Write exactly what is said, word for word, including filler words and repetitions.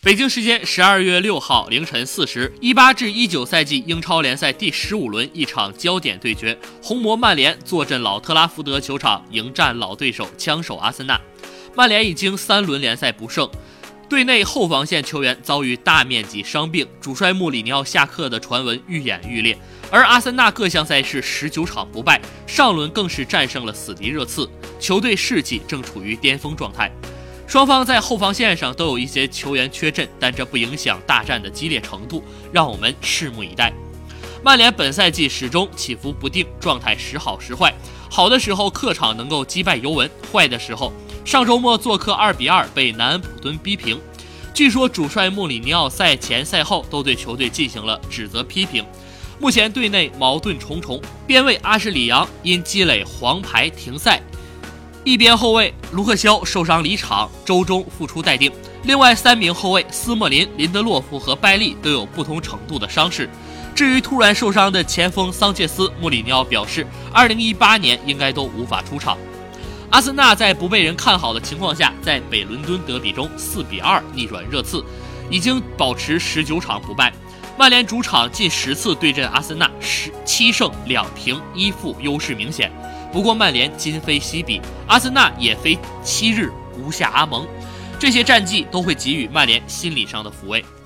北京时间十二月六号凌晨四时，一八至一九赛季英超联赛第十五轮一场焦点对决，红魔曼联坐镇老特拉福德球场迎战老对手枪手阿森纳。曼联已经三轮联赛不胜，队内后防线球员遭遇大面积伤病，主帅穆里尼奥下课的传闻愈演愈烈。而阿森纳各项赛事十九场不败，上轮更是战胜了死敌热刺，球队士气正处于巅峰状态。双方在后防线上都有一些球员缺阵，但这不影响大战的激烈程度，让我们拭目以待。曼联本赛季始终起伏不定，状态时好时坏，好的时候客场能够击败尤文，坏的时候上周末做客二比二被南安普敦逼平。据说主帅穆里尼奥赛前赛后都对球队进行了指责批评。目前队内矛盾重重，边卫阿什里扬因积累黄牌停赛，一边后卫卢克肖受伤离场，周中复出待定。另外三名后卫斯莫林、林德洛夫和拜利都有不同程度的伤势。至于突然受伤的前锋桑切斯，穆里尼奥表示二零一八年应该都无法出场。阿森纳在不被人看好的情况下，在北伦敦德比中四比二逆转热刺，已经保持十九场不败。曼联主场近十次对阵阿森纳，十七胜两平一负，优势明显。不过曼联今非昔比，阿森纳也非昔日无下阿蒙，这些战绩都会给予曼联心理上的抚慰。